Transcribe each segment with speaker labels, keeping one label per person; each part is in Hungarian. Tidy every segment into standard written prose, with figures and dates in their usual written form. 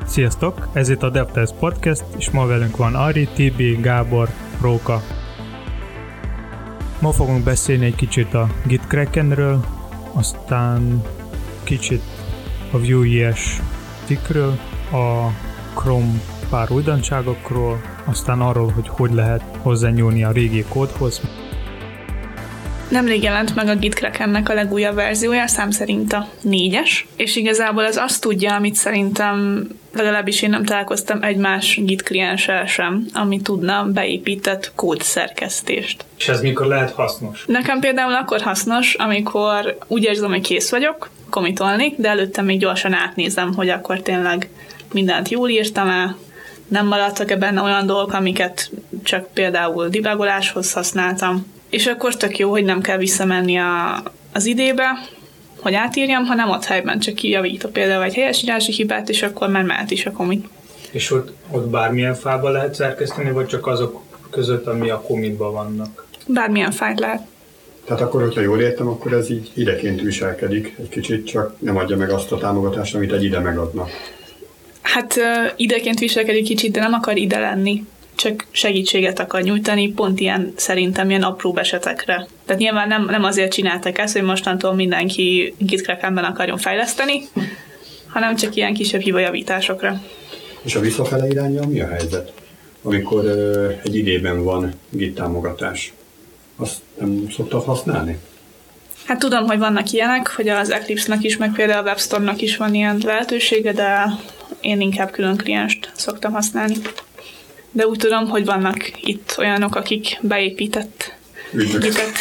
Speaker 1: Sziasztok! Ez itt a DevTest Podcast, és ma velünk van Ari, Tibi, Gábor, Róka. Ma fogunk beszélni egy kicsit a Git Krakenről, aztán kicsit a Vue.js cikkről, a Chrome pár újdonságokról, aztán arról, hogy lehet hozzányúlni a régi kódhoz.
Speaker 2: Nemrég jelent meg a Git Krakennek a legújabb verziója, szám szerint a 4-es, és igazából ez azt tudja, amit szerintem legalábbis én nem találkoztam egy más Git klienssel sem, ami tudna beépített kódszerkesztést.
Speaker 1: És ez mikor lehet hasznos?
Speaker 2: Nekem például akkor hasznos, amikor úgy érzem, hogy kész vagyok, commitolni, de előtte még gyorsan átnézem, hogy akkor tényleg mindent jól írtam-e, nem maradtak-e benne olyan dolgok, amiket csak például debugoláshoz használtam. És akkor tök jó, hogy nem kell visszamenni az idébe, hogy átírjam, hanem ott helyben csak kijavítok például egy helyesírási hibát, és akkor már mehet is a commit.
Speaker 1: És ott bármilyen fába lehet szerkeszteni, vagy csak azok között, ami a commitban vannak?
Speaker 2: Bármilyen fájt lehet.
Speaker 3: Tehát akkor, hogyha jól értem, akkor ez így ideként viselkedik egy kicsit, csak nem adja meg azt a támogatást, amit egy ide megadna.
Speaker 2: Hát ideként viselkedik kicsit, de nem akar ide lenni. Csak segítséget akar nyújtani, pont ilyen szerintem ilyen apróbb esetekre. Tehát nyilván nem azért csináltak ezt, hogy mostantól mindenki Git Krakenben akarjon fejleszteni, hanem csak ilyen kisebb hibajavításokra.
Speaker 3: És a visszafele irányja mi a helyzet? Amikor egy idében van Git támogatás, azt nem szoktad használni?
Speaker 2: Hát tudom, hogy vannak ilyenek, hogy az Eclipse-nak is, meg például a WebStorm-nak is van ilyen lehetősége, de én inkább külön klienst szoktam használni. De úgy tudom, hogy vannak itt olyanok, akik beépített Gitet.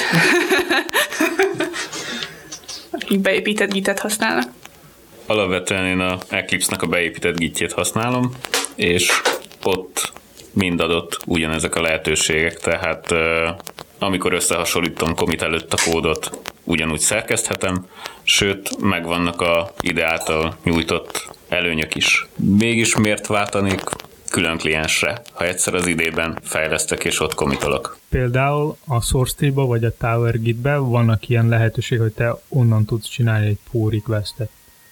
Speaker 2: akik beépített Gitet használnak.
Speaker 4: Alapvetően én a Eclipse-nak a beépített Gitjét használom, és ott mind adott ugyanezek a lehetőségek, tehát amikor összehasonlítom commit előtt a kódot, ugyanúgy szerkeszthetem, sőt, megvannak a ide által nyújtott előnyök is. Mégis miért váltanék külön kliensre, ha egyszer az idében fejlesztek és ott commitolok?
Speaker 1: Például a SourceTree-ba vagy a TowerGit-be vannak ilyen lehetőség, hogy te onnan tudsz csinálni egy pull requestet.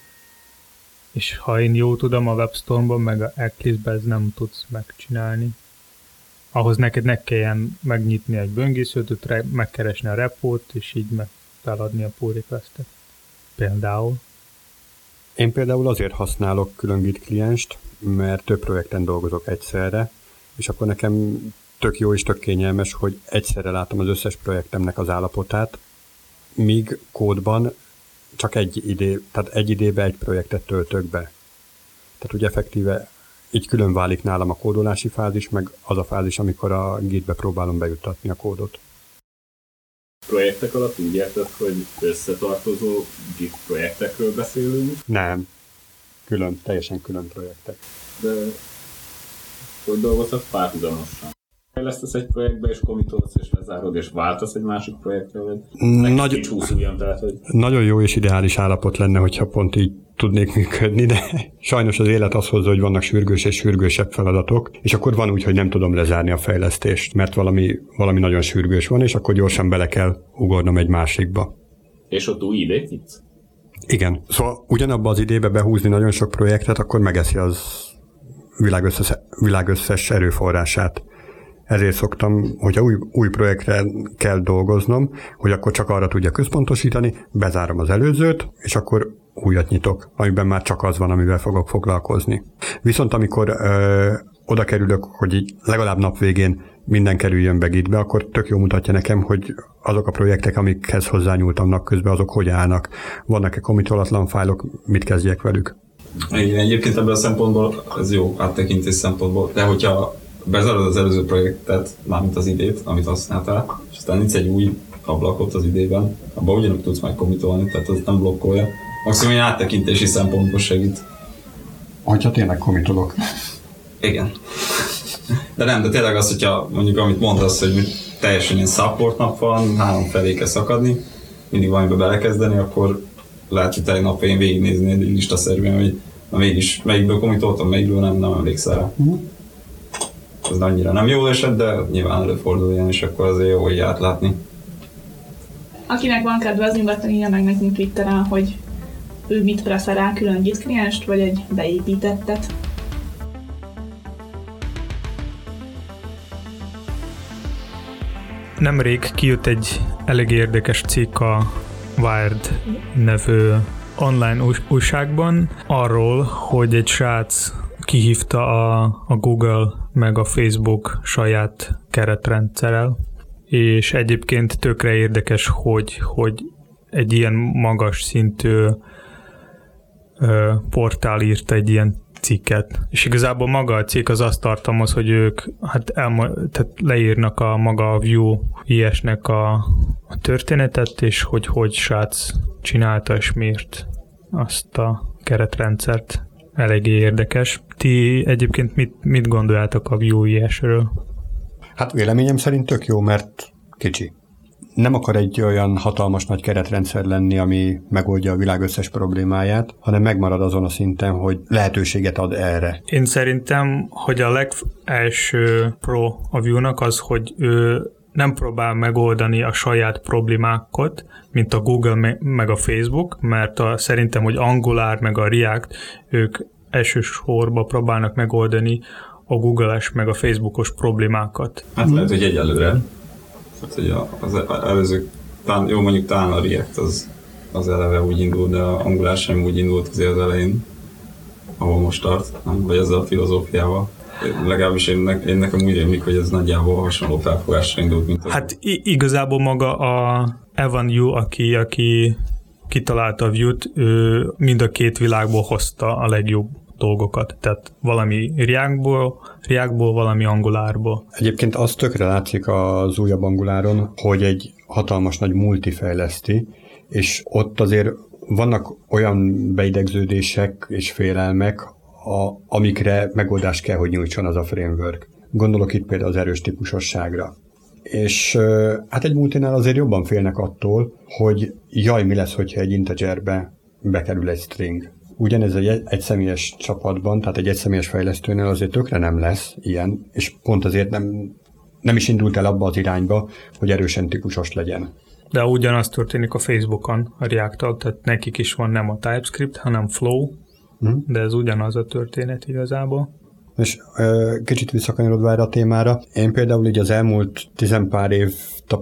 Speaker 1: És ha én jól tudom, a WebStormban meg a Eclipse-ben ez nem tudsz megcsinálni. Ahhoz neked ne kelljen megnyitni egy böngészőt, megkeresni a repót, és így meg feladni a pull requestet. Például.
Speaker 3: Én például azért használok külön Git klienst, mert több projekten dolgozok egyszerre, és akkor nekem tök jó és tök kényelmes, hogy egyszerre látom az összes projektemnek az állapotát, míg kódban csak egy idébe egy projektet töltök be. Tehát ugye effektíve így külön válik nálam a kódolási fázis, meg az a fázis, amikor a Gitbe próbálom bejuttatni a kódot.
Speaker 5: Projektek alatt úgy érted, hogy összetartozó Git projektekről beszélünk?
Speaker 3: Nem. Teljesen külön projektek.
Speaker 5: De hogy dolgozhat párhuzamosan? Fejlesztesz egy projektbe, és commitolsz, és lezárod, és váltasz egy másik projektre, vagy
Speaker 3: Nagyon jó és ideális állapot lenne, hogyha pont így tudnék működni, de sajnos az élet az hozza, hogy vannak sürgős és sürgősebb feladatok, és akkor van úgy, hogy nem tudom lezárni a fejlesztést, mert valami nagyon sürgős van, és akkor gyorsan bele kell ugornom egy másikba.
Speaker 5: És ott új idét nyitsz?
Speaker 3: Igen. Szóval ugyanabba az idébe behúzni nagyon sok projektet, akkor megeszi az világ összes erőforrását. Ezért szoktam, hogyha új projektre kell dolgoznom, hogy akkor csak arra tudja központosítani, bezárom az előzőt, és akkor újat nyitok, amiben már csak az van, amivel fogok foglalkozni. Viszont amikor oda kerülök, hogy így legalább nap végén minden kerüljön be Gitbe, akkor tök jó mutatja nekem, hogy azok a projektek, amikhez hozzányúltam napközben, azok hogy állnak. Vannak-e commitolatlan fájlok, mit kezdjek velük?
Speaker 6: Igen, egyébként ebből a szempontból ez jó áttekintés szempontból, de hogyha bezárod az előző projektet, mármint az idét, amit használtál, és aztán nyitsz egy új ablakot az idében, abban ugyanúgy tudsz majd commitolni, tehát az nem blokkolja. Maximum egy áttekintési szempontból segít.
Speaker 3: Hogyha tényleg commitolok.
Speaker 6: Igen. De tényleg az, hogyha mondjuk amit mondasz, hogy teljesen ilyen support nap van, 3 felé kell szakadni, mindig valamibe belekezdeni, akkor lehet, hogy tényleg nap végén végignézni egy listaszerűen, hogy mégis melyikből commitoltam, melyikből nem emlékszel rá. Ez annyira nem jó eset, de nyilván előfordul ilyen, és akkor azért jó, hogy átlátni.
Speaker 2: Akinek van kedve, az nyugodtan írja meg nekünk Twitteren, hogy ő mit preferál, külön Git klienst, vagy egy beépítettet.
Speaker 1: Nemrég kijött egy elég érdekes cikk a Wired nevű online újságban arról, hogy egy srác kihívta a Google meg a Facebook saját keretrendszerrel, és egyébként tökre érdekes, hogy egy ilyen magas szintű portál írta egy ilyen cikket. És igazából maga a cikk az azt tartalmaz, hogy ők tehát leírnak a maga a Vue.js-nek a történetet, és hogy srác csinálta és miért azt a keretrendszert. Eléggé érdekes. Ti egyébként mit gondoljátok a Vue.js-ről?
Speaker 3: Hát véleményem szerint tök jó, mert kicsi. Nem akar egy olyan hatalmas nagy keretrendszer lenni, ami megoldja a világ összes problémáját, hanem megmarad azon a szinten, hogy lehetőséget ad erre.
Speaker 1: Én szerintem, hogy a legelső pro a Vue-nak az, hogy ő nem próbál megoldani a saját problémákat, mint a Google meg a Facebook, mert szerintem, hogy Angular meg a React, ők elsősorban próbálnak megoldani a Google-es meg a Facebookos problémákat.
Speaker 6: Hát lehet, hogy egyelőre. Hát, hogy az előző, jó, mondjuk talán a React az eleve úgy indult, de a Angular sem úgy indult azért az elején, ahol most tart, nem? Vagy ezzel a filozófiával. Legalábbis én nekem úgy rémlik, hogy ez nagyjából hasonló felfogásra indult, mint az.
Speaker 1: Hát igazából maga a Evan You, aki kitalálta a Vue-t, ő mind a két világból hozta a legjobb dolgokat. Tehát valami Reactból, valami Angularból.
Speaker 3: Egyébként az tökre látszik az újabb Angularon, hogy egy hatalmas nagy multifejleszti, és ott azért vannak olyan beidegződések és félelmek, amikre megoldást kell, hogy nyújtson az a framework. Gondolok itt például az erős típusosságra. És hát egy multinál azért jobban félnek attól, hogy jaj, mi lesz, hogyha egy integerbe bekerül egy string. Ugyanez egy egyszemélyes csapatban, tehát egy egyszemélyes fejlesztőnél azért tökre nem lesz ilyen, és pont azért nem is indult el abba az irányba, hogy erősen típusos legyen.
Speaker 1: De ugyanaz történik a Facebookon, a React-tal, tehát nekik is van nem a TypeScript, hanem Flow, de ez ugyanaz a történet igazából.
Speaker 3: És kicsit visszakanyarodva erre a témára, én például így az elmúlt 10 pár év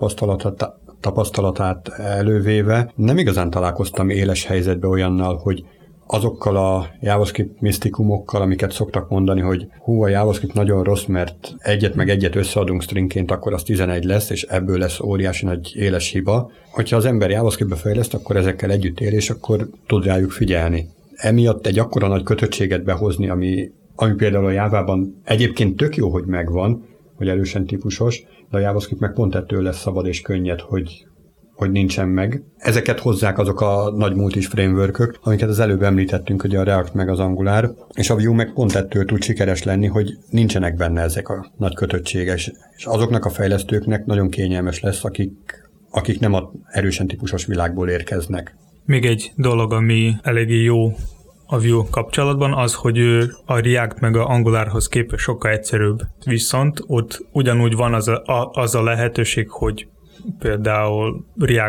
Speaker 3: tapasztalatát elővéve nem igazán találkoztam éles helyzetbe olyannal, hogy azokkal a JavaScript misztikumokkal, amiket szoktak mondani, hogy a JavaScript nagyon rossz, mert egyet összeadunk stringként, akkor az 11 lesz, és ebből lesz óriási nagy éles hiba. Hogyha az ember JavaScriptbe fejleszt, akkor ezekkel együtt él, és akkor tud rájuk figyelni. Emiatt egy akkora nagy kötöttséget behozni, ami például a Jávában egyébként tök jó, hogy megvan, hogy erősen típusos, de a JavaScript meg pont ettől lesz szabad és könnyed, hogy nincsen meg. Ezeket hozzák azok a nagy multis frameworkök, amiket az előbb említettünk, hogy a React meg az Angular, és a Vue meg pont ettől tud sikeres lenni, hogy nincsenek benne ezek a nagy kötöttséges, és azoknak a fejlesztőknek nagyon kényelmes lesz, akik nem a erősen típusos világból érkeznek.
Speaker 1: Még egy dolog, ami eléggé jó a Vue kapcsolatban, az, hogy a React meg a Angularhoz képest sokkal egyszerűbb. Viszont ott ugyanúgy van az a lehetőség, hogy például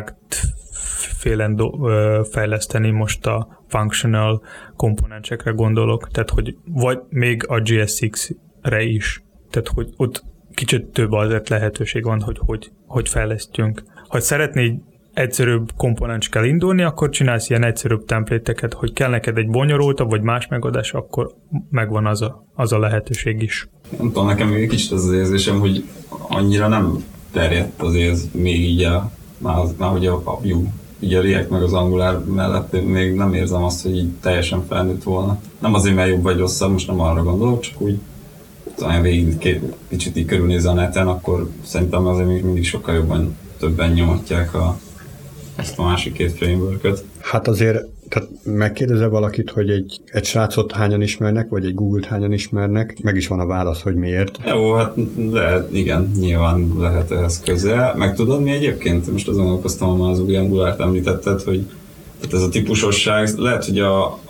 Speaker 1: React-félen fejleszteni, most a functional komponensekre gondolok, tehát hogy vagy még a JSX-re is. Tehát hogy ott kicsit több azért lehetőség van, hogy fejlesztjünk. Ha szeretnéd egyszerűbb komponens kell indulni, akkor csinálsz ilyen egyszerűbb templéteket, hogy kell neked egy bonyolultabb vagy más megoldás, akkor megvan az a lehetőség is.
Speaker 6: Nem tudom, nekem még kicsit az érzésem, hogy annyira nem terjedt azért még így már hogy a Vue, így a React meg az Angular mellett még nem érzem azt, hogy így teljesen felnőtt volna. Nem azért, mert jobb vagy rosszabb, most nem arra gondolok, csak úgy talán végig kicsit így körülnézze a neten, akkor szerintem azért még mindig sokkal jobban többen nyomatják ezt a másik két frameworköt.
Speaker 3: Hát azért, tehát megkérdezel valakit, hogy egy srácot hányan ismernek, vagy egy Google-t hányan ismernek, meg is van a válasz, hogy miért.
Speaker 6: Jó, hát lehet, igen, nyilván lehet ehhez közel. Meg tudod mi egyébként? Most azon gondolkoztam, hogy az új Angulárt említetted, hogy tehát ez a típusosság, lehet, hogy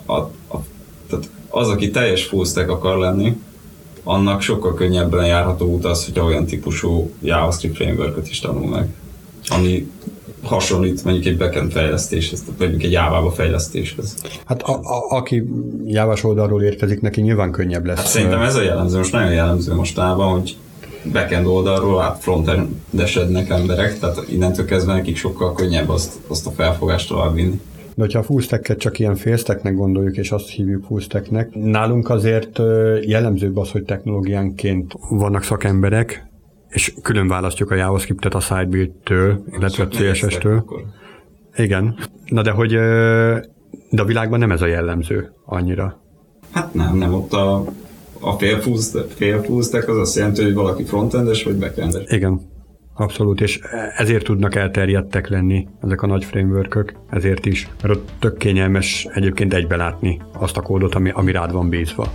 Speaker 6: tehát az, aki teljes full stack akar lenni, annak sokkal könnyebben járható út az, hogyha olyan típusú JavaScript frameworköt is tanul meg, ami hasonlít mondjuk egy backend fejlesztéshez, tehát mondjuk egy Java-ba fejlesztéshez.
Speaker 3: Hát aki Java-s oldalról érkezik, neki nyilván könnyebb lesz.
Speaker 6: Hát szerintem ez a jellemző, most nagyon jellemző mostanában, hogy backend oldalról át frontendesednek emberek, tehát innentől kezdve nekik sokkal könnyebb azt a felfogást tovább vinni.
Speaker 3: De hogyha a full stacket csak ilyen full stacknek gondoljuk, és azt hívjuk full stacknek, nálunk azért jellemzőbb az, hogy technológiánként vannak szakemberek, és külön választjuk a JavaScriptet a Sidebuild-től, illetve a CSS-től. Igen. Na de hogy de a világban nem ez a jellemző annyira.
Speaker 6: Hát nem ott a fél full stack az azt jelenti, hogy valaki frontendes vagy backendes.
Speaker 3: Igen. Abszolút, és ezért tudnak elterjedtek lenni ezek a nagy frameworkök, ezért is, mert ott tök kényelmes egyébként egybe látni azt a kódot, ami rád van bízva.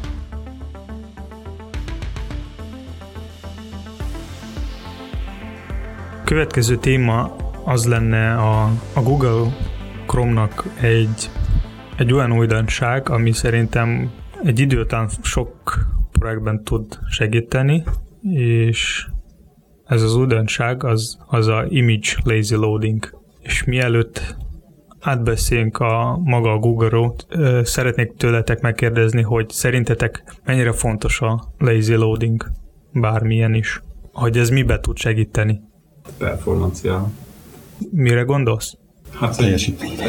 Speaker 1: Következő téma az lenne a Google Chrome-nak egy olyan újdonság, ami szerintem egy idő után sok projektben tud segíteni, és ez az újdonság az a image lazy loading. És mielőtt átbeszélünk maga a Google-ról, szeretnék tőletek megkérdezni, hogy szerintetek mennyire fontos a lazy loading, bármilyen is, hogy ez mibe tud segíteni?
Speaker 6: Performancia.
Speaker 1: Mire gondolsz?
Speaker 6: Hát teljesítményre.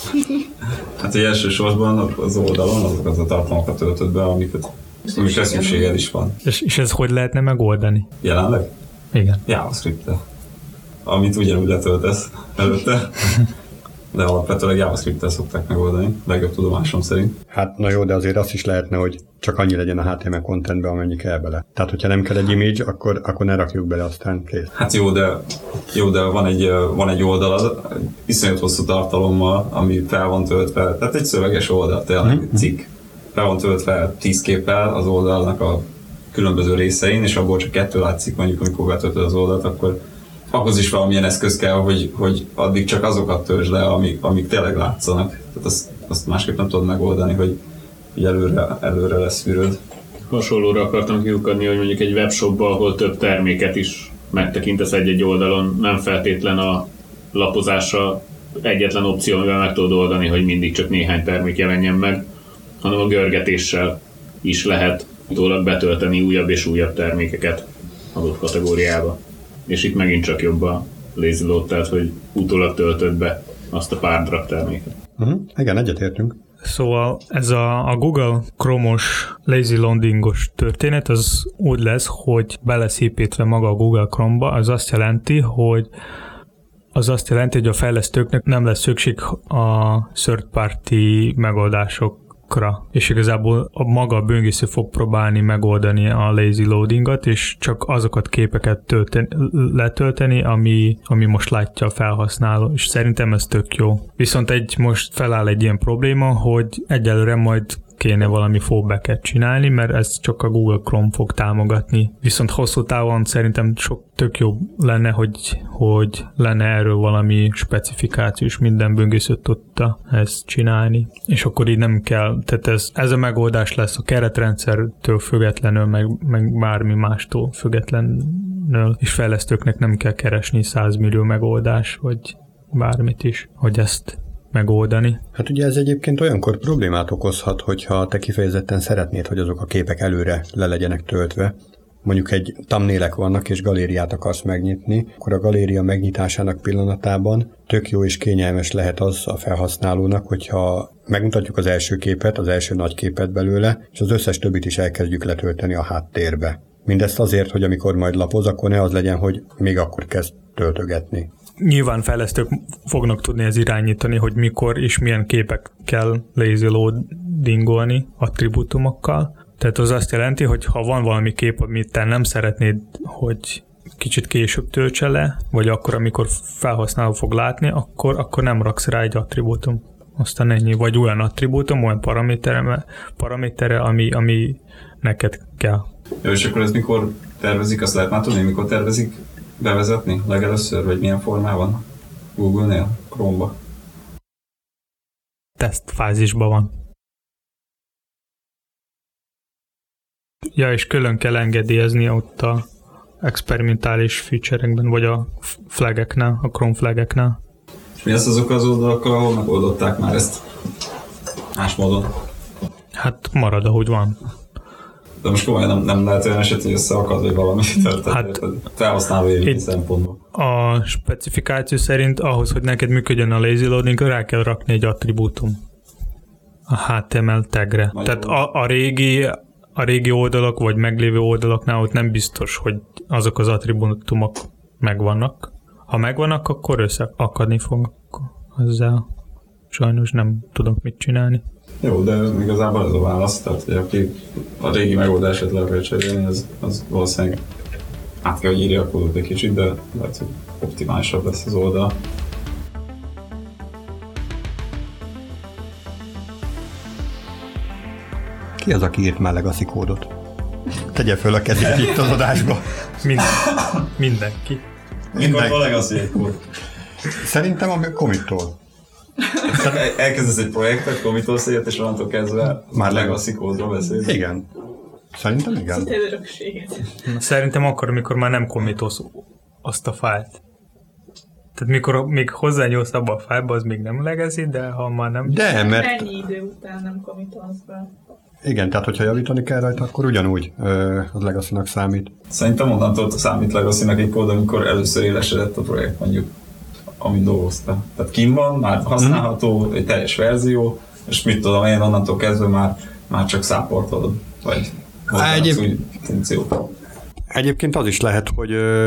Speaker 6: Hát egy elsősorban az oldalon azokat a tartalmakat töltött be, amikre szükséged is van.
Speaker 1: És ez hogy lehetne megoldani?
Speaker 6: Jelenleg?
Speaker 1: Igen.
Speaker 6: JavaScript-tel. Amit ugyanúgy letöltesz előtte, de alapvetően JavaScript-tel szokták megoldani, legjobb tudomásom szerint. Hát
Speaker 3: na jó, de azért azt is lehetne, hogy csak annyi legyen a HTML contentbe, amennyi kell bele. Tehát, hogyha nem kell egy image, akkor ne rakjuk bele, aztán kész.
Speaker 6: Hát jó, de van egy oldalad, iszonyat hosszú tartalommal, ami fel van töltve, tehát egy szöveges oldal, tényleg cikk. Fel van töltve 10 képpel az oldalnak a különböző részein, és abból csak 2 látszik, mondjuk, amikor betöltöd az oldalt, akkor ahhoz is valamilyen eszköz kell, hogy addig csak azokat töltsd le, amik tényleg látszanak. Tehát azt másképp nem tudod megoldani, hogy előre leszűröd.
Speaker 5: Hasonlóra akartam kiukadni, hogy mondjuk egy webshopban, ahol több terméket is megtekintesz egy oldalon, nem feltétlen a lapozásra egyetlen opció, amivel meg tudod oldani, hogy mindig csak néhány termék jelenjen meg, hanem a görgetéssel is lehet utólag betölteni újabb és újabb termékeket adott kategóriába. És itt megint csak jobb a lazy load, tehát hogy utólag töltöd be azt a pár darab terméket.
Speaker 3: Igen, egyetértünk.
Speaker 1: Szóval ez a Google Chrome-os lazy loadingos történet az úgy lesz, hogy be lesz építve maga a Google Chrome-ba, az azt jelenti, hogy a fejlesztőknek nem lesz szükség a third party megoldásokra, és igazából maga a böngésző fog próbálni megoldani a lazy loadingot, és csak azokat képeket letölteni, ami most látja a felhasználó, és szerintem ez tök jó. Viszont most feláll egy ilyen probléma, hogy egyelőre majd kéne valami fallbacket csinálni, mert ezt csak a Google Chrome fog támogatni. Viszont hosszú távon szerintem tök jó lenne, hogy lenne erről valami specifikáció, és minden böngésző tudta ezt csinálni. És akkor így nem kell, tehát ez a megoldás lesz a keretrendszertől függetlenül, meg bármi mástól függetlenül, és fejlesztőknek nem kell keresni 100 millió megoldás, vagy bármit is, hogy ezt megoldani.
Speaker 3: Hát ugye ez egyébként olyankor problémát okozhat, hogyha te kifejezetten szeretnéd, hogy azok a képek előre le legyenek töltve. Mondjuk egy thumbnailek vannak, és galériát akarsz megnyitni, akkor a galéria megnyitásának pillanatában tök jó és kényelmes lehet az a felhasználónak, hogyha megmutatjuk az első képet, az első nagy képet belőle, és az összes többit is elkezdjük letölteni a háttérbe. Mindezt azért, hogy amikor majd lapoz, akkor ne az legyen, hogy még akkor kezd töltögetni.
Speaker 1: Nyilván fejlesztők fognak tudni ezt irányítani, hogy mikor és milyen képek kell lazy loadingolni attribútumokkal. Tehát az azt jelenti, hogy ha van valami kép, amit te nem szeretnéd, hogy kicsit később töltse le, vagy akkor, amikor felhasználó fog látni, akkor nem raksz rá egy attribútum. Aztán ennyi. Vagy olyan attribútum, olyan paramétere, ami neked kell.
Speaker 6: Jó, és akkor ez mikor tervezik, azt lehet már tudni, mikor tervezik bevezetni legelőször, vagy milyen formában? Google-nél, Chrome-ba?
Speaker 1: Tesztfázisban van. Ja, és külön kell engedélyezni ott a experimentális feature-ekben, vagy a flageknál, a Chrome flageknál.
Speaker 6: És mi lesz azok az oldalakkal, ahol megoldották már ezt más módon?
Speaker 1: Hát marad, ahogy van.
Speaker 6: De most komolyan nem lehet olyan eset, hogy összeakad, vagy valami. Tehát felhasználó élmény szempontból.
Speaker 1: A specifikáció szerint ahhoz, hogy neked működjön a lazy loading, rá kell rakni egy attribútum a HTML tagre. Nagyon tehát a régi oldalak, vagy meglévő oldalaknál ott nem biztos, hogy azok az attribútumok megvannak. Ha megvannak, akkor összeakadni fog. Ezzel sajnos nem tudok mit csinálni.
Speaker 6: Jó, de igazából ez a válasz, tehát hogy aki a régi megoldását le akar cserélni, az valószínűleg át kell, hogy írja a kódot egy kicsit, de lehet, hogy optimálisabb lesz az oldal.
Speaker 3: Ki az, aki írt már legacy kódot? Tegye föl a kezét itt az adásba.
Speaker 1: Mindenki.
Speaker 6: Mikor a legacy egy kód?
Speaker 3: Szerintem a commit-tól.
Speaker 6: Elkezdesz egy projektet, commit-olsz egyet, és onnantól kezdve már legacy kódról beszélsz.
Speaker 3: Igen. Szerintem igen.
Speaker 1: Szerintem akkor, amikor már nem commit-olsz azt a fájlt. Tehát mikor még hozzányúlsz abba a fájlba, az még nem legacy, de ha már nem...
Speaker 3: De, mert...
Speaker 2: Ennyi idő után nem commit-olsz be.
Speaker 3: Igen, tehát hogyha javítani kell rajta, akkor ugyanúgy az legacy-nak számít.
Speaker 6: Szerintem onnantól számít legacy-nak egy kód, amikor először élesedett a projekt, mondjuk, amit dolgozta. Tehát kim van, már használható, egy teljes verzió, és mit tudom én, onnantól kezdve már csak supportolod, vagy hozzáadsz új funkciót.
Speaker 3: Egyébként az is lehet, hogy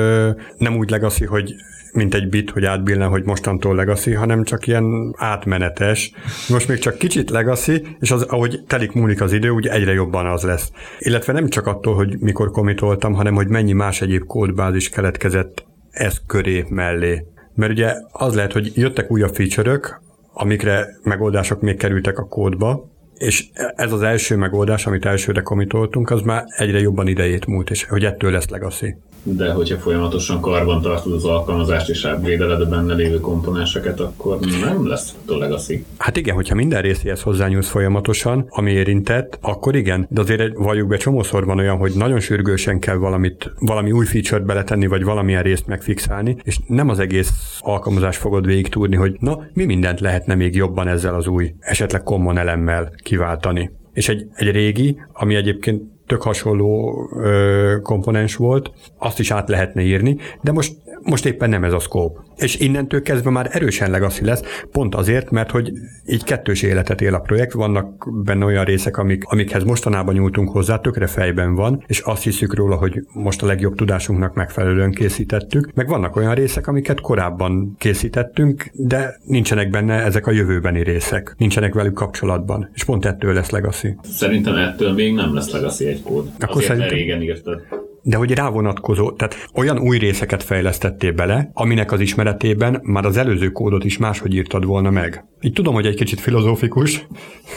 Speaker 3: nem úgy legacy, hogy mint egy bit, hogy átbillen, hogy mostantól legacy, hanem csak ilyen átmenetes. Most még csak kicsit legacy, és az, ahogy telik múlik az idő, úgy egyre jobban az lesz. Illetve nem csak attól, hogy mikor commitoltam, hanem hogy mennyi más egyéb kódbázis keletkezett ez köré mellé. Mert ugye az lehet, hogy jöttek újabb feature-ök, amikre megoldások még kerültek a kódba, és ez az első megoldás, amit elsőre commitoltunk, az már egyre jobban idejét múlt, és hogy ettől lesz legacy.
Speaker 5: De hogyha folyamatosan karban tartod az alkalmazást és upgrade-eled a benne lévő komponenseket, akkor nem lesz legacy.
Speaker 3: Hát igen, hogyha minden részéhez hozzányúlsz folyamatosan, ami érintett, akkor igen, de azért valljuk be, csomószor van olyan, hogy nagyon sürgősen kell valami új feature-t beletenni, vagy valamilyen részt megfixálni, és nem az egész alkalmazást fogod végig tudni, hogy na, mi mindent lehetne még jobban ezzel az új, esetleg common elemmel kiváltani. És egy régi, ami egyébként tök hasonló komponens volt, azt is át lehetne írni, de most éppen nem ez a scope. És innentől kezdve már erősen legacy lesz, pont azért, mert hogy így kettős életet él a projekt, vannak benne olyan részek, amikhez mostanában nyúltunk hozzá, tökre fejben van, és azt hiszük róla, hogy most a legjobb tudásunknak megfelelően készítettük, meg vannak olyan részek, amiket korábban készítettünk, de nincsenek benne ezek a jövőbeni részek, nincsenek velük kapcsolatban, és pont ettől lesz legacy.
Speaker 5: Szerintem ettől még nem lesz legacy egy kód.
Speaker 3: Akkor
Speaker 5: azért
Speaker 3: szerintem...
Speaker 5: régen írtad.
Speaker 3: De hogy rávonatkozó, tehát olyan új részeket fejlesztettél bele, aminek az ismeretében már az előző kódot is máshogy írtad volna meg. Így tudom, hogy egy kicsit filozófikus,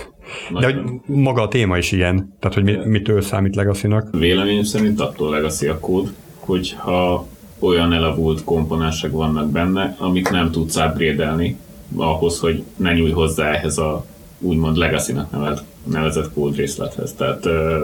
Speaker 3: de hogy maga a téma is ilyen, tehát hogy mitől számít legacy-nak.
Speaker 5: Véleményem szerint attól legacy a kód, hogyha olyan elavult komponensek vannak benne, amik nem tudsz upgrade-elni ahhoz, hogy ne nyújj hozzá ehhez a úgymond legacy-nak nevezett kódrészlethez. Tehát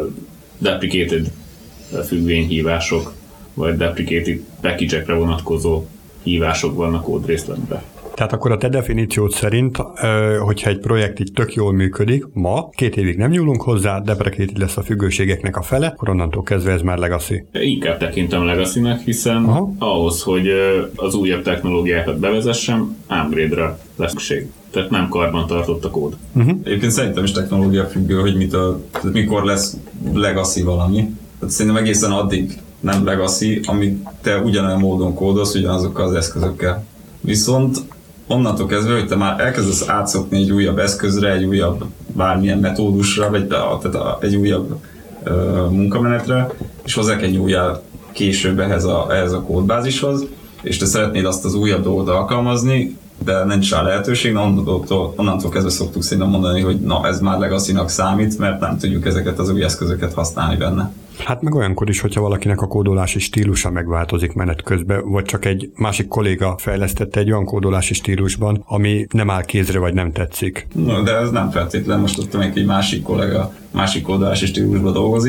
Speaker 5: deprecated függvényhívások, vagy deprecated package-ekre vonatkozó hívások vannak kódrészletben.
Speaker 3: Tehát akkor a te definíciód szerint, hogyha egy projekt így tök jól működik, ma 2 évig nem nyúlunk hozzá, deprecated lesz a függőségeknek a fele, akkor onnantól kezdve ez már legacy.
Speaker 5: Inkább tekintem legacy-nek, hiszen ahhoz, hogy az újabb technológiákat bevezessem, upgrade-re lesz szükség. Tehát nem karban tartott a kód.
Speaker 6: Egyébként szerintem is technológia függő, hogy mikor lesz legacy valami. Tehát szerintem egészen addig nem legacy, amíg te ugyanolyan módon kódolsz, ugyanazokkal az eszközökkel. Viszont onnantól kezdve, hogy te már elkezdesz átszokni egy újabb eszközre, egy újabb bármilyen metódusra, vagy tehát egy újabb munkamenetre, és hozzá kell nyúljál később ehhez a kódbázishoz, és te szeretnéd azt az újabb dolgot alkalmazni, de nincs rá lehetőség, onnantól kezdve szoktuk szerintem mondani, hogy na ez már legacy-nak számít, mert nem tudjuk ezeket az új eszközöket használni benne.
Speaker 3: Hát meg olyankor is, hogyha valakinek a kódolási stílusa megváltozik menet közben, vagy csak egy másik kolléga fejlesztette egy olyan kódolási stílusban, ami nem áll kézre, vagy nem tetszik.
Speaker 6: No, de ez nem feltétlen, most ott még egy másik kollega másik kódolási stílusban dolgozik,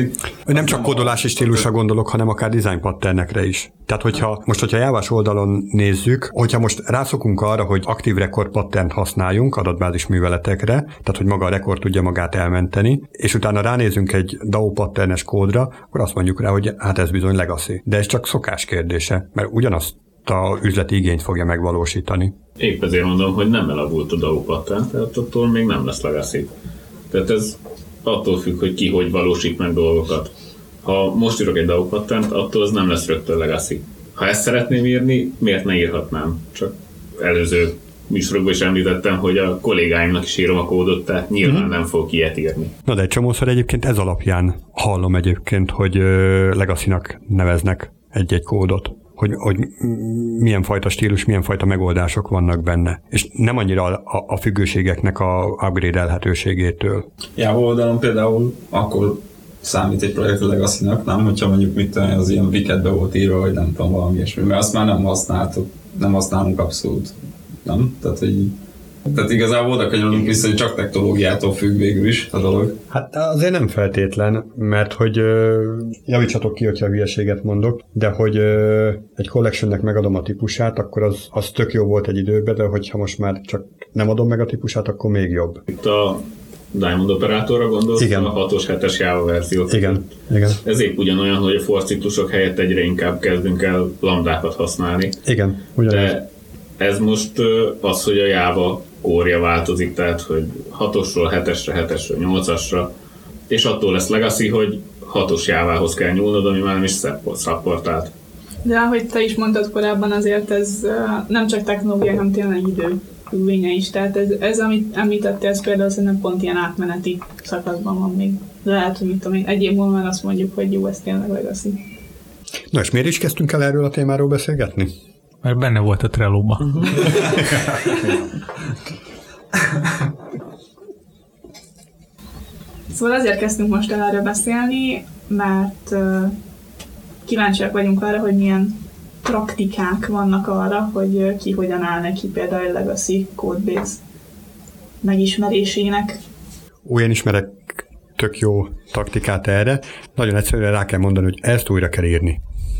Speaker 3: Nem csak kódolási stílusra gondolok, hanem akár design patternekre is. Tehát, hogyha Jávás oldalon nézzük, hogyha most rászokunk arra, hogy aktív record patternt használjunk adatbázis műveletekre, tehát, hogy maga a rekord tudja magát elmenteni, és utána ránézünk egy DAO patternes kódra, akkor azt mondjuk rá, hogy hát ez bizony legacy. De ez csak szokás kérdése, mert ugyanazt a üzleti igényt fogja megvalósítani.
Speaker 5: Épp ezért mondom, hogy nem elavult a DAO pattern, tehát attól még nem lesz legacy. Tehát ez attól függ, hogy ki hogy valósít meg dolgokat. Ha most írok egy DAO patternt, attól az nem lesz rögtön legacy. Ha ezt szeretném írni, miért ne írhatnám? Csak előző műsorokban is említettem, hogy a kollégáimnak is írom a kódot, tehát nyilván nem fogok ilyet írni.
Speaker 3: Na de egy csomószor egyébként ez alapján hallom egyébként, hogy legacy-nak neveznek egy-egy kódot. Hogy milyen fajta stílus, milyen fajta megoldások vannak benne. És nem annyira a függőségeknek a upgrade-elhetőségétől.
Speaker 6: Java oldalon például akkor számít egy projekt a legacy-nak, nem? Hogyha mondjuk mit az ilyen Wiketbe volt írva, vagy nem tudom, valami ilyesmi, mert azt már nem használunk abszolút. Nem? Tehát igazából oda kanyarodunk vissza, hogy csak technológiától függ végül is a dolog.
Speaker 3: Hát azért nem feltétlen, mert hogy javítsatok ki, hogyha hülyeséget mondok, de hogy egy collectionnek megadom a típusát, akkor az tök jó volt egy időben, de hogyha most már csak nem adom meg a típusát, akkor még jobb.
Speaker 5: Itt a Diamond operátorra gondolsz,
Speaker 3: igen.
Speaker 5: A 6-os, 7-es Java verziót.
Speaker 3: Igen.
Speaker 5: Ez épp ugyanolyan, hogy a for ciklusok helyett egyre inkább kezdünk el lambdákat használni.
Speaker 3: Igen, ugyanaz.
Speaker 5: De ez most az, hogy a Java core-ja változik, tehát hogy 6-osról 7-esre, 7-esről 8-asra, és attól lesz legacy, hogy 6-os Jávához kell nyúlnod, ami már nem is supportált.
Speaker 2: De ahogy te is mondtad korábban, azért ez nem csak technológia, hanem tényleg idő függvénye is. Tehát ez amit említettél, ez például szerintem pont ilyen átmeneti szakaszban van még. Lehet, hogy egy év múlva már azt mondjuk, hogy jó, ez tényleg legacy.
Speaker 3: Na és miért is kezdtünk el erről a témáról beszélgetni?
Speaker 1: Mert benne volt a Trello-ba.
Speaker 2: Szóval azért kezdtünk most el erről beszélni, mert kíváncsiak vagyunk arra, hogy milyen praktikák vannak arra, hogy ki hogyan áll neki például a legacy codebase megismerésének.
Speaker 3: Olyan ismerek tök jó taktikát erre. Nagyon egyszerűen rá kell mondani, hogy ezt újra kell írni.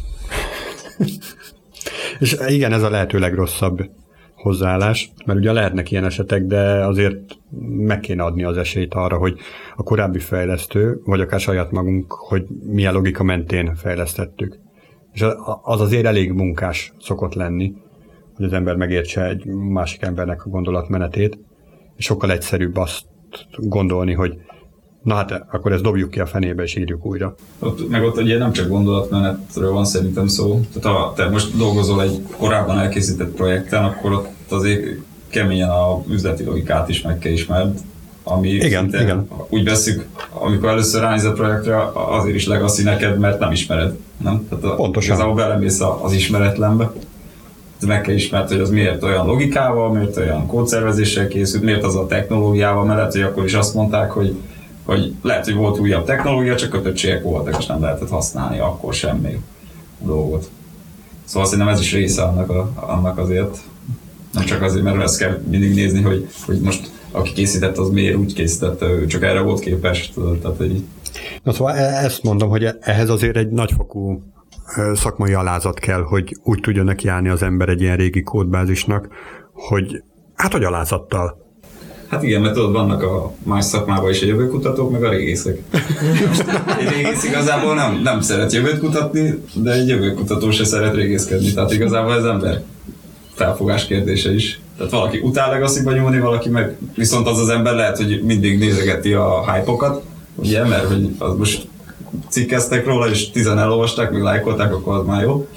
Speaker 3: És igen, ez a lehető legrosszabb hozzáállás, mert ugye lehetnek ilyen esetek, de azért meg kéne adni az esélyt arra, hogy a korábbi fejlesztő, vagy akár saját magunk, hogy milyen logika mentén fejlesztettük. És az azért elég munkás szokott lenni, hogy az ember megértse egy másik embernek a gondolatmenetét, és sokkal egyszerűbb azt gondolni, hogy na hát, akkor ezt dobjuk ki a fenébe, és írjuk újra.
Speaker 6: Ott ugye nem csak gondolatmenetről van szerintem szó. Tehát ha te most dolgozol egy korábban elkészített projekten, akkor ott azért keményen a üzleti logikát is meg kell ismerd, ami
Speaker 3: igen.
Speaker 6: Úgy veszük, amikor először ránéz a projektre, azért is legacy neked, mert nem ismered. Nem? Tehát
Speaker 3: pontosan.
Speaker 6: Igazából belemész az ismeretlenbe. Meg kell ismert, hogy az miért olyan logikával, miért olyan kódszervezéssel készült, miért az a technológiával, mert lehet, hogy akkor is azt mondták, hogy lehet, hogy volt újabb technológia, csak kötöttségek voltak, és nem lehetett használni akkor sem még a dolgot. Szóval szerintem ez is része annak azért. Nem csak azért, mert ezt kell mindig nézni, hogy most aki készített, az miért úgy készítette, ő csak erre volt képes. Tehát, hogy...
Speaker 3: Na szóval ezt mondom, hogy ehhez azért egy nagyfokú szakmai alázat kell, hogy úgy tudjon nekiállni az ember egy ilyen régi kódbázisnak, hogy alázattal.
Speaker 6: Hát igen, mert tudod, vannak a más szakmában is a jövőkutatók, meg a régészek. Egy régész igazából nem szeret jövőt kutatni, de egy jövőkutató se szeret régészkedni. Tehát igazából ez ember felfogás kérdése is. Tehát valaki utál legacy-ba nyúlni, valaki meg viszont az ember lehet, hogy mindig nézegeti a hype-okat, ugye, mert hogy az most cikkeztek róla, és 10 elolvasták, meg lájkolták, akkor az már jó.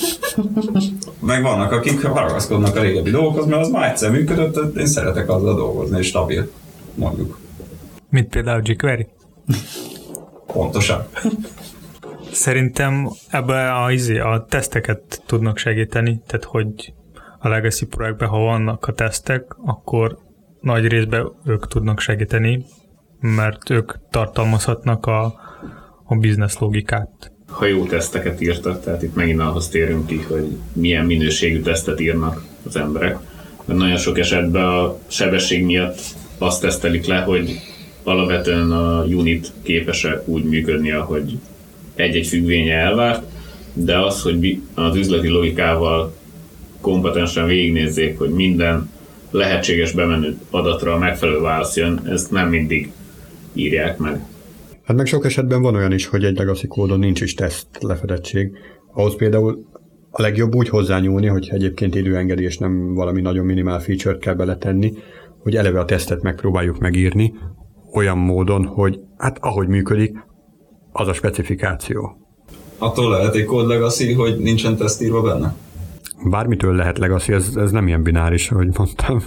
Speaker 6: Meg vannak, akik ragaszkodnak a régebbi dolgokhoz, mert az már egyszer működött, én szeretek azzal dolgozni, és stabil, mondjuk.
Speaker 1: Mint például jQuery?
Speaker 6: Pontosan.
Speaker 1: Szerintem ebbe a teszteket tudnak segíteni, tehát hogy a legacy projektben, ha vannak a tesztek, akkor nagy részben ők tudnak segíteni, mert ők tartalmazhatnak a business logikát.
Speaker 5: Ha jó teszteket írtak, tehát itt megint ahhoz térünk ki, hogy milyen minőségű tesztet írnak az emberek. Mert nagyon sok esetben a sebesség miatt azt tesztelik le, hogy alapvetően a unit képes úgy működni, ahogy egy-egy függvénye elvárt, de az, hogy az üzleti logikával kompetensen végignézzék, hogy minden lehetséges bemenő adatra a megfelelő válasz jön, ezt nem mindig írják meg.
Speaker 3: Hát meg sok esetben van olyan is, hogy egy legacy kódon nincs is teszt lefedettség. Ahhoz például a legjobb úgy hozzányúlni, hogyha egyébként időengedi és nem valami nagyon minimál feature-t kell beletenni, hogy eleve a tesztet megpróbáljuk megírni olyan módon, hogy hát ahogy működik, az a specifikáció.
Speaker 6: Attól lehet egy code legacy, hogy nincsen teszt írva benne?
Speaker 3: Bármitől lehet legacy, ez nem ilyen bináris, ahogy mondtam.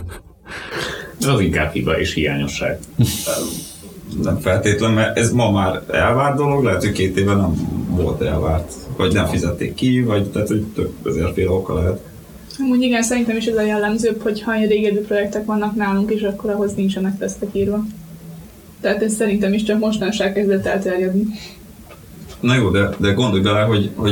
Speaker 5: Az inkább hiba és hiányosság.
Speaker 6: Nem feltétlen, mert ez ma már elvárt dolog, lehet, hogy 2 éve nem volt elvárt, vagy nem fizették ki, vagy tehát, hogy több ezerféle oka lehet.
Speaker 2: Amúgy igen, szerintem is ez a jellemzőbb, hogy ha régebbi projektek vannak nálunk is, akkor ahhoz nincsenek tesztek írva. Tehát ez szerintem is csak mostanság kezdett elterjedni.
Speaker 6: Na jó, de gondolj bele,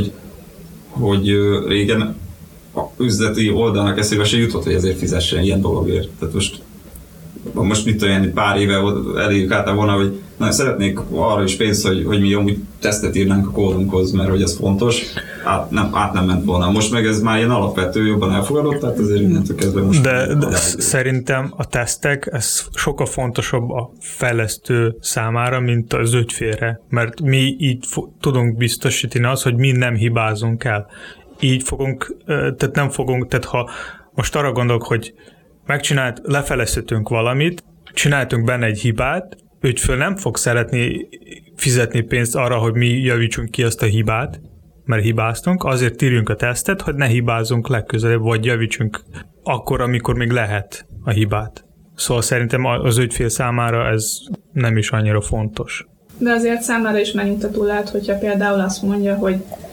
Speaker 6: hogy régen a üzleti oldalnak eszébe se jutott, hogy ezért fizessen ilyen dologért. Tehát most mit olyan pár éve eléjük álltál volna, hogy na, szeretnék arra is pénzt, hogy mi amúgy tesztet írnánk a kódunkhoz, mert hogy ez fontos, át nem ment volna. Most meg ez már ilyen alapvető, jobban elfogadott, tehát azért innentől kezdve most...
Speaker 1: De szerintem a tesztek, ez sokkal fontosabb a fejlesztő számára, mint az ügyfélre, mert mi így tudunk biztosítani azt, hogy mi nem hibázunk el. Így fogunk, tehát nem fogunk, tehát ha most arra gondolok, hogy lefeleztetünk valamit, csináltunk benne egy hibát, ügyfél nem fog szeretni fizetni pénzt arra, hogy mi javítsunk ki azt a hibát, mert hibáztunk, azért írjunk a tesztet, hogy ne hibázzunk legközelebb, vagy javítsunk akkor, amikor még lehet a hibát. Szóval szerintem az ügyfél számára ez nem is annyira fontos.
Speaker 2: De azért számára is megnyugtató lehet, hogyha például azt mondja, hogy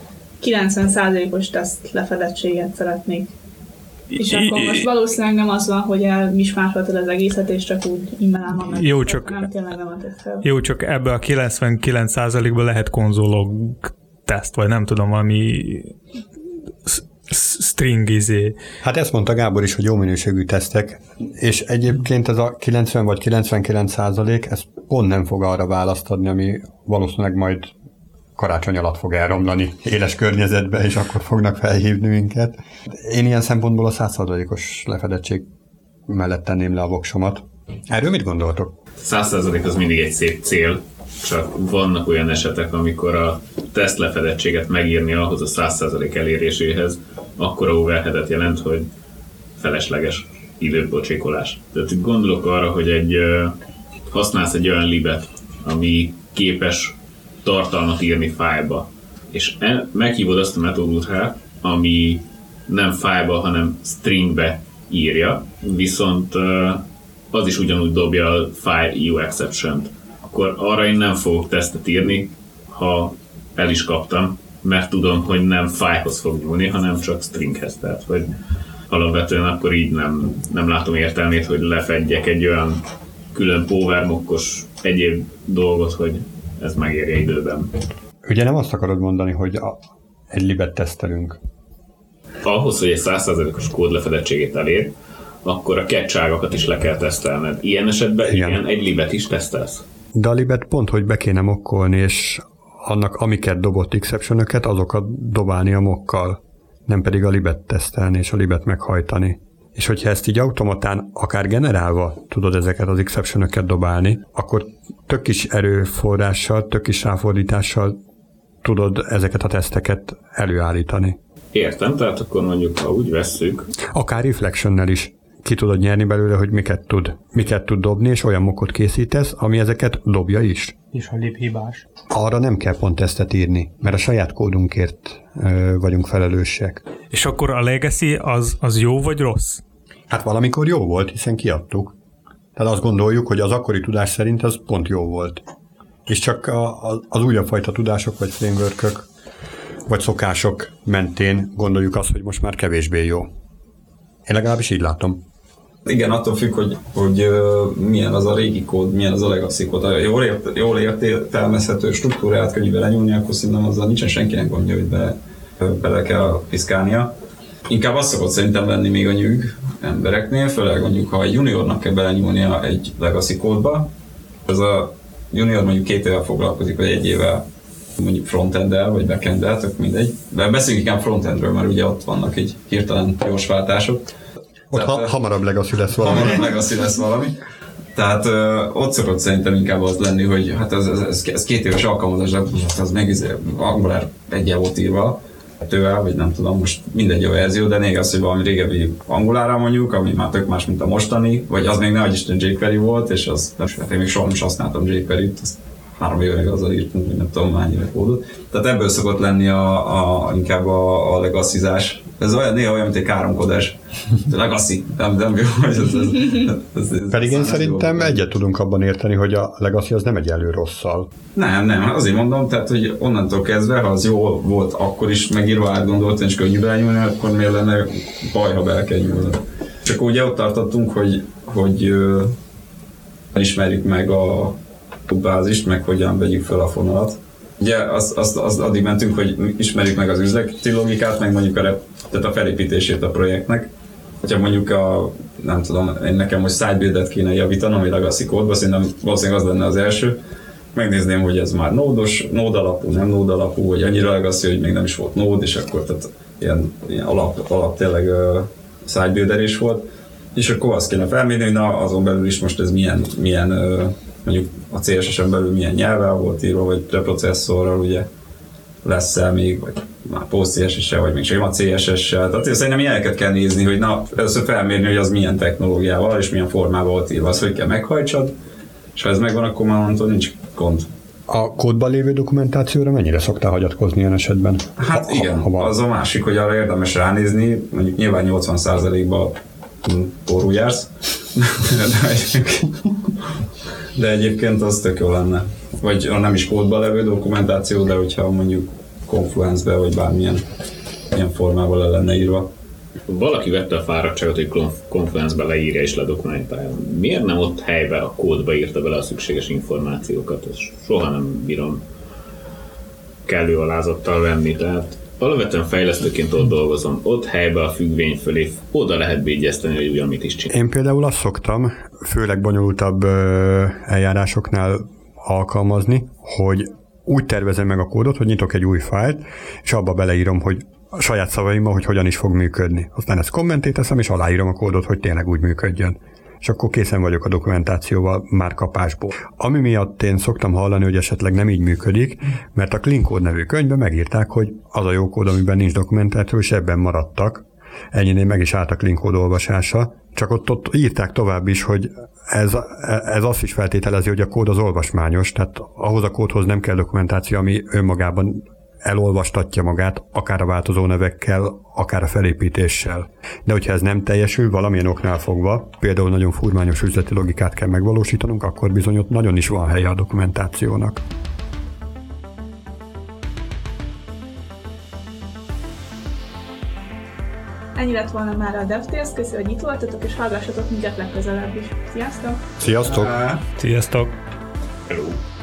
Speaker 2: 90%-os teszt lefedettséget szeretnék. És akkor most valószínűleg nem az van, hogy elmismásoltad az egészet, és csak úgy e-mailem van meg.
Speaker 1: Jó, csak ebbe a 99%-ban lehet konzolog teszt, vagy nem tudom, valami string izé.
Speaker 3: Hát ezt mondta Gábor is, hogy jó minőségű tesztek, és egyébként ez a 90 vagy 99%, ez pont nem fog arra választ adni, ami valószínűleg majd karácsony alatt fog elromlani éles környezetbe, és akkor fognak felhívni minket. Én ilyen szempontból a 100%-os lefedettség mellett tenném le a voksomat. Erről mit gondoltok?
Speaker 5: 100% az mindig egy szép cél, csak vannak olyan esetek, amikor a teszt lefedettséget megírni ahhoz a 100% eléréséhez akkora overheadet jelent, hogy felesleges időpocsékolás. Tehát gondolok arra, hogy használsz egy olyan libet, ami képes tartalmat írni fájlba, és meghívod azt a metódusát, ami nem fájlba, hanem stringbe írja, viszont az is ugyanúgy dobja a file EU exception-t. Akkor arra én nem fogok tesztet írni, ha el is kaptam, mert tudom, hogy nem fájlhoz fog nyúlni, hanem csak stringhez. Tehát, hogy alapvetően akkor így nem látom értelmét, hogy lefedjek egy olyan külön powermockos egyéb dolgot, hogy ez megérje időben.
Speaker 3: Ugye nem azt akarod mondani, hogy egy libet tesztelünk?
Speaker 5: Ahhoz, hogy egy 100%-os kód lefedettségét elér, akkor a catch-ágakat is le kell tesztelned. Ilyen esetben igen, egy libet is tesztelsz.
Speaker 3: De a libet pont, hogy be kéne mokkolni, és annak, amiket dobott exception-öket, azokat dobálni a mokkal, nem pedig a libet tesztelni, és a libet meghajtani. És hogyha ezt így automatán, akár generálva tudod ezeket az exception-öket dobálni, akkor tök kis erőforrással, tök kis ráfordítással tudod ezeket a teszteket előállítani.
Speaker 5: Értem, tehát akkor mondjuk, ha úgy vesszük...
Speaker 3: Akár reflection-nel is ki tudod nyerni belőle, hogy miket tud dobni, és olyan mockot készítesz, ami ezeket dobja is.
Speaker 1: És a lib hibás.
Speaker 3: Arra nem kell pont tesztet írni, mert a saját kódunkért vagyunk felelősek.
Speaker 1: És akkor a legacy az jó vagy rossz?
Speaker 3: Hát valamikor jó volt, hiszen kiadtuk. Tehát azt gondoljuk, hogy az akkori tudás szerint az pont jó volt. És csak az újabb fajta tudások, vagy frameworkök, vagy szokások mentén gondoljuk azt, hogy most már kevésbé jó. Én legalábbis így látom.
Speaker 6: Igen, attól függ, hogy milyen az a régi kód, milyen az a legacy kód. Ha jól értelmezhető struktúrát könnyű bele nyúlni, akkor szerintem azzal nincsen senkinek gondja, hogy bele kell piszkálnia. Inkább azt szokott szerintem lenni még a nyűg embereknél, főleg mondjuk, ha egy juniornak kell belenyúlnia egy legacy kódba, az a junior mondjuk 2 évvel foglalkozik, vagy 1 évvel mondjuk frontenddel, vagy backenddel, tök mindegy. De beszéljünk inkább frontendről, mert ugye ott vannak így hirtelen gyors váltások.
Speaker 3: Ott hamarabb legacy lesz valami. Tehát ott szokott szerintem inkább az lenni, hogy hát ez 2 éves alkalmazás, de az meg Angular 1-jel volt írva, 2-vel, vagy nem tudom, most mindegy a verzió, de még az, hogy valami régebbi Angularra mondjuk, ami már tök más, mint a mostani, vagy az még nehogy Isten jQuery volt, és az, hát én még soha nem is használtam jQuery-t, 3 éve meg azzal írtunk, hogy nem tudom mennyire kódot. Tehát ebből szokott lenni inkább a legacyzás. Ez néha olyan, mint egy káromkodás. Legacy, nem jó. Pedig én szerintem egyet tudunk abban érteni, hogy a legacy az nem egyenlő rosszal.
Speaker 6: Nem, azért mondom, tehát, hogy onnantól kezdve, ha az jó volt akkor is megírva, átgondoltan és könnyű belenyúlni, akkor miért lenne baj, ha bele kell nyúlni. Csak ugye ott tartottunk, hogy ismerjük meg a bázist, meg hogyan vegyük fel a fonalat. Ugye az addig mentünk, hogy ismerjük meg az üzleti logikát, meg mondjuk tehát a felépítését a projektnek. Hogyha mondjuk nem tudom, nekem most sidebuildet kéne javítanom, vagy legacy kódba, szerintem valószínűleg az lenne az első. Megnézném, hogy ez már nód alapú, nem nód alapú, vagy annyira legacy, hogy még nem is volt nód, és akkor tehát ilyen alap tényleg sidebuilderés volt. És akkor azt kéne felmérni, hogy azon belül is most ez milyen mondjuk a CSS-en belül milyen nyelvvel volt írva, vagy preprocesszorral ugye lesz-e még, vagy már post-CSS-sel, vagy még sem a CSS-sel. Tehát szerintem ilyeneket kell nézni, hogy először felmérni, hogy az milyen technológiával és milyen formával volt írva, az hogy kell meghajtsad, és ha ez megvan, akkor már mondtól nincs gond.
Speaker 3: A kódban lévő dokumentációra mennyire szoktál hagyatkozni ilyen esetben?
Speaker 6: Hát igen, az a másik, hogy arra érdemes ránézni, mondjuk nyilván 80%-ban porul jársz, de egyébként az tök jó lenne. Vagy nem is kódban levő dokumentáció, de hogyha mondjuk Confluence-be, vagy bármilyen ilyen formában le lenne írva.
Speaker 5: Valaki vette a fáradtságot, hogy Confluence-be leírja és ledokumentálja. Miért nem ott helyben a kódba írta bele a szükséges információkat? Ezt soha nem bírom kellő alázattal venni. Tehát alapvetően fejlesztőként ott dolgozom, ott helyben a függvény fölé oda lehet bégyeszteni, hogy ugyan mit is csinál.
Speaker 3: Én például azt szoktam, főleg bonyolultabb eljárásoknál alkalmazni, hogy úgy tervezem meg a kódot, hogy nyitok egy új fájlt, és abba beleírom, hogy a saját szavaimmal, hogy hogyan is fog működni. Aztán ezt kommenté teszem, és aláírom a kódot, hogy tényleg úgy működjön. És akkor készen vagyok a dokumentációval már kapásból. Ami miatt én szoktam hallani, hogy esetleg nem így működik, mert a Clean Code nevű könyvben megírták, hogy az a jó kód, amiben nincs dokumentáció, és ebben maradtak. Ennyinél meg is állt a Clean Code olvasása. Csak ott írták tovább is, hogy ez azt is feltételezi, hogy a kód az olvasmányos, tehát ahhoz a kódhoz nem kell dokumentáció, ami önmagában elolvastatja magát, akár a változó nevekkel, akár a felépítéssel. De hogyha ez nem teljesül valamilyen oknál fogva, például nagyon furmányos üzleti logikát kell megvalósítanunk, akkor bizony ott nagyon is van helye a dokumentációnak.
Speaker 2: Ennyi lett volna már a DevTales, köszönöm, hogy itt voltatok, és hallgassatok minket legközelebb is. Sziasztok!
Speaker 3: Sziasztok!
Speaker 1: Sziasztok!
Speaker 5: Hello.